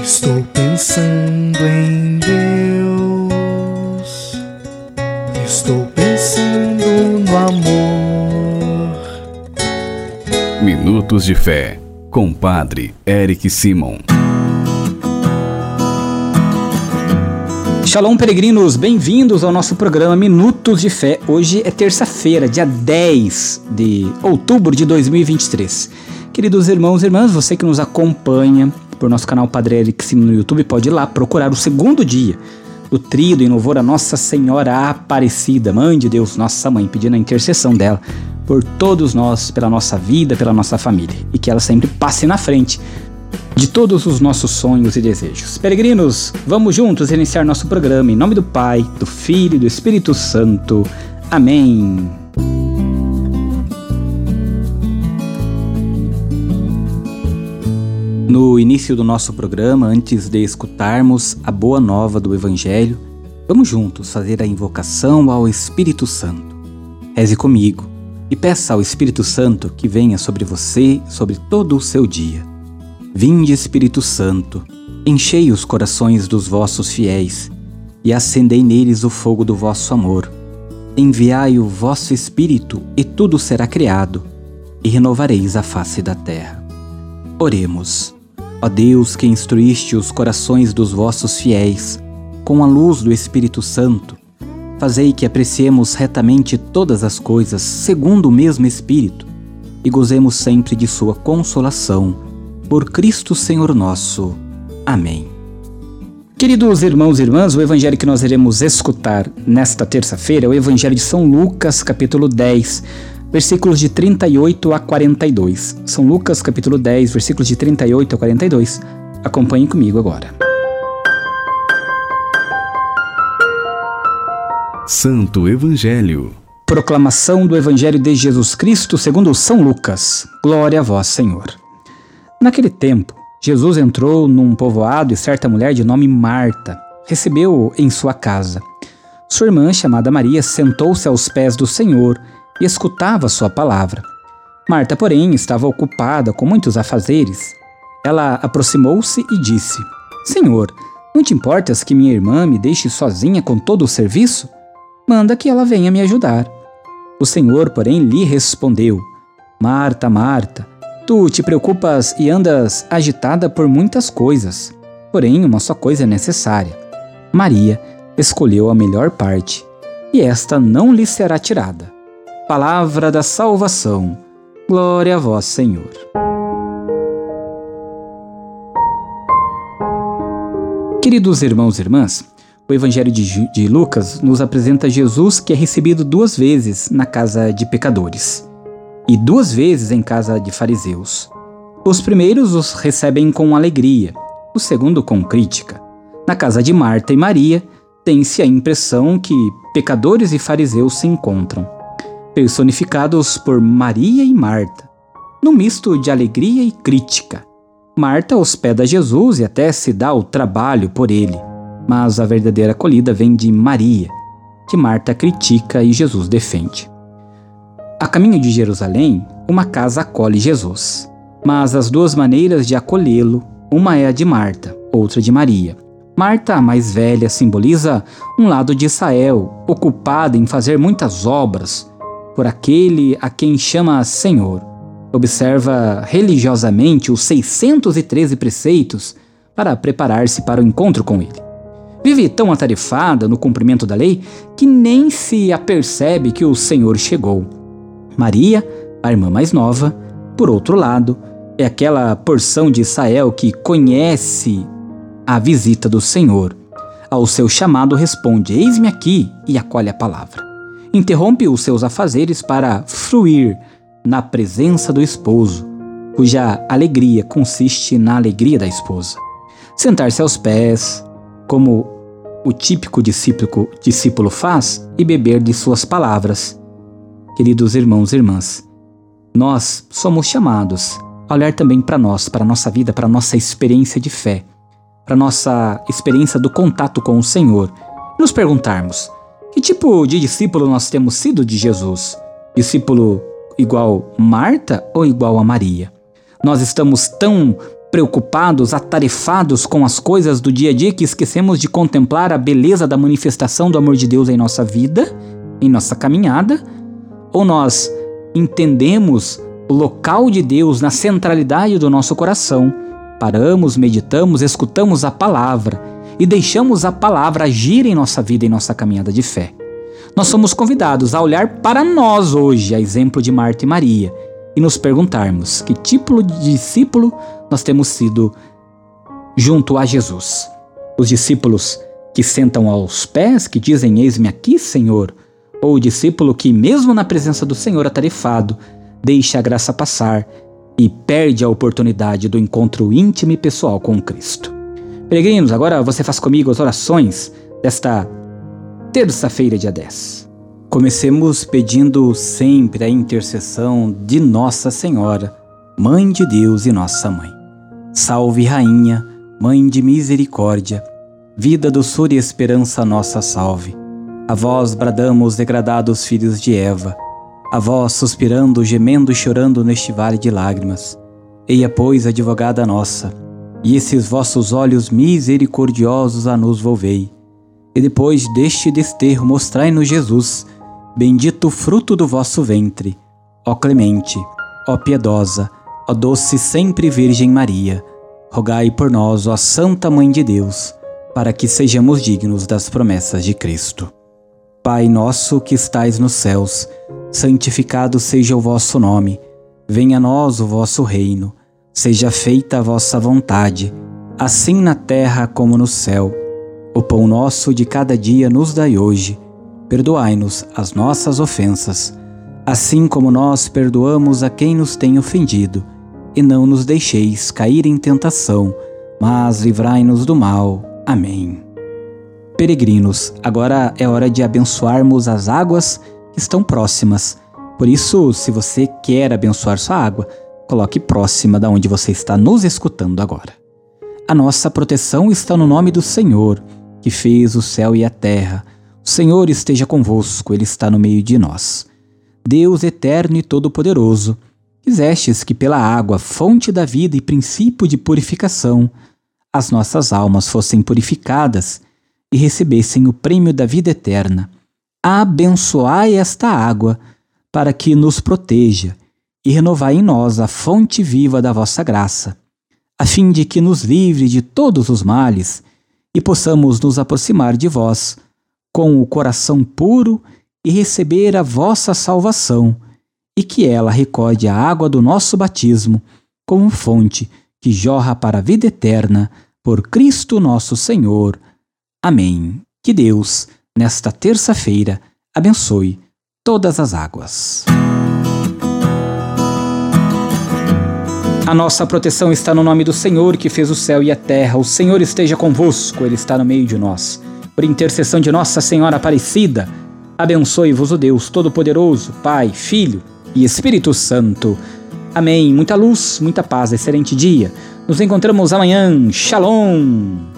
Estou pensando em Deus, estou pensando no amor. Minutos de Fé, com Padre Eric Simon. Shalom, peregrinos, bem-vindos ao nosso programa Minutos de Fé. Hoje é terça-feira, dia 10 de outubro de 2023. Queridos irmãos e irmãs, você que nos acompanha por nosso canal Padre Eric Simon no YouTube, pode ir lá procurar o segundo dia do tríduo em louvor a Nossa Senhora Aparecida, Mãe de Deus, nossa mãe, pedindo a intercessão dela por todos nós, pela nossa vida, pela nossa família, e que ela sempre passe na frente de todos os nossos sonhos e desejos. Peregrinos, vamos juntos iniciar nosso programa em nome do Pai, do Filho e do Espírito Santo. Amém. No início do nosso programa, antes de escutarmos a boa nova do Evangelho, vamos juntos fazer a invocação ao Espírito Santo. Reze comigo e peça ao Espírito Santo que venha sobre você, sobre todo o seu dia. Vinde, Espírito Santo, enchei os corações dos vossos fiéis e acendei neles o fogo do vosso amor. Enviai o vosso Espírito e tudo será criado, e renovareis a face da terra. Oremos. Ó Deus, que instruíste os corações dos vossos fiéis com a luz do Espírito Santo, fazei que apreciemos retamente todas as coisas segundo o mesmo Espírito e gozemos sempre de sua consolação. Por Cristo Senhor nosso. Amém. Queridos irmãos e irmãs, o evangelho que nós iremos escutar nesta terça-feira é o Evangelho de São Lucas, capítulo 10, versículos de 38 a 42. São Lucas, capítulo 10, versículos de 38 a 42. Acompanhem comigo agora. Santo Evangelho. Proclamação do Evangelho de Jesus Cristo segundo São Lucas. Glória a vós, Senhor. Naquele tempo, Jesus entrou num povoado e certa mulher de nome Marta recebeu-o em sua casa. Sua irmã, chamada Maria, sentou-se aos pés do Senhor e escutava sua palavra. Marta, porém, estava ocupada com muitos afazeres. Ela aproximou-se e disse: Senhor, não te importas que minha irmã me deixe sozinha com todo o serviço? Manda que ela venha me ajudar. O Senhor, porém, lhe respondeu: Marta, Marta, tu te preocupas e andas agitada por muitas coisas, porém uma só coisa é necessária. Maria escolheu a melhor parte, e esta não lhe será tirada. Palavra da salvação. Glória a vós, Senhor. Queridos irmãos e irmãs, o Evangelho de Lucas nos apresenta Jesus que é recebido 2 vezes na casa de pecadores e 2 vezes em casa de fariseus. Os primeiros os recebem com alegria, o segundo com crítica. Na casa de Marta e Maria, tem-se a impressão que pecadores e fariseus se encontram, personificados por Maria e Marta, num misto de alegria e crítica. Marta hospeda Jesus e até se dá o trabalho por ele, mas a verdadeira acolhida vem de Maria, que Marta critica e Jesus defende. A caminho de Jerusalém, uma casa acolhe Jesus, mas as 2 maneiras de acolhê-lo, uma é a de Marta, outra de Maria. Marta, a mais velha, simboliza um lado de Israel, ocupada em fazer muitas obras por aquele a quem chama Senhor. Observa religiosamente os 613 preceitos para preparar-se para o encontro com ele. Vive tão atarefada no cumprimento da lei que nem se apercebe que o Senhor chegou. Maria, a irmã mais nova, por outro lado, é aquela porção de Israel que conhece a visita do Senhor. Ao seu chamado responde: Eis-me aqui, e acolhe a palavra. Interrompe os seus afazeres para fruir na presença do esposo, cuja alegria consiste na alegria da esposa. Sentar-se aos pés, como o típico discípulo faz, e beber de suas palavras. Queridos irmãos e irmãs, nós somos chamados a olhar também para nós, para a nossa vida, para a nossa experiência de fé, para a nossa experiência do contato com o Senhor, e nos perguntarmos: que tipo de discípulo nós temos sido de Jesus? Discípulo igual Marta ou igual a Maria? Nós estamos tão preocupados, atarefados com as coisas do dia a dia, que esquecemos de contemplar a beleza da manifestação do amor de Deus em nossa vida, em nossa caminhada? Ou nós entendemos o local de Deus na centralidade do nosso coração, paramos, meditamos, escutamos a palavra e deixamos a palavra agir em nossa vida, em nossa caminhada de fé? Nós somos convidados a olhar para nós hoje, a exemplo de Marta e Maria, e nos perguntarmos que tipo de discípulo nós temos sido junto a Jesus. Os discípulos que sentam aos pés, que dizem: eis-me aqui, Senhor, ou o discípulo que, mesmo na presença do Senhor atarefado, deixa a graça passar e perde a oportunidade do encontro íntimo e pessoal com Cristo. Peregrinos, agora você faz comigo as orações desta terça-feira, dia 10. Comecemos pedindo sempre a intercessão de Nossa Senhora, Mãe de Deus e Nossa Mãe. Salve, Rainha, Mãe de misericórdia, vida, doçura e esperança nossa salve. A vós bradamos, degradados filhos de Eva, a vós suspirando, gemendo e chorando neste vale de lágrimas. Eia, pois, advogada nossa, e esses vossos olhos misericordiosos a nos volvei. E depois deste desterro mostrai-nos Jesus, bendito o fruto do vosso ventre. Ó clemente, ó piedosa, ó doce sempre Virgem Maria, rogai por nós, ó Santa Mãe de Deus, para que sejamos dignos das promessas de Cristo. Pai nosso que estais nos céus, santificado seja o vosso nome. Venha a nós o vosso reino. Seja feita a vossa vontade, assim na terra como no céu. O pão nosso de cada dia nos dai hoje. Perdoai-nos as nossas ofensas, assim como nós perdoamos a quem nos tem ofendido. E não nos deixeis cair em tentação, mas livrai-nos do mal. Amém. Peregrinos, agora é hora de abençoarmos as águas que estão próximas. Por isso, se você quer abençoar sua água, coloque próxima da onde você está nos escutando agora. A nossa proteção está no nome do Senhor, que fez o céu e a terra. O Senhor esteja convosco, Ele está no meio de nós. Deus eterno e todo-poderoso, quisestes que pela água, fonte da vida e princípio de purificação, as nossas almas fossem purificadas e recebessem o prêmio da vida eterna. Abençoai esta água, para que nos proteja, e renovai em nós a fonte viva da vossa graça, a fim de que nos livre de todos os males e possamos nos aproximar de vós com o coração puro e receber a vossa salvação, e que ela recorde a água do nosso batismo como fonte que jorra para a vida eterna, por Cristo nosso Senhor. Amém. Que Deus, nesta terça-feira, abençoe todas as águas. A nossa proteção está no nome do Senhor, que fez o céu e a terra. O Senhor esteja convosco, Ele está no meio de nós. Por intercessão de Nossa Senhora Aparecida, abençoe-vos o Deus Todo-Poderoso, Pai, Filho e Espírito Santo. Amém. Muita luz, muita paz, excelente dia. Nos encontramos amanhã. Shalom!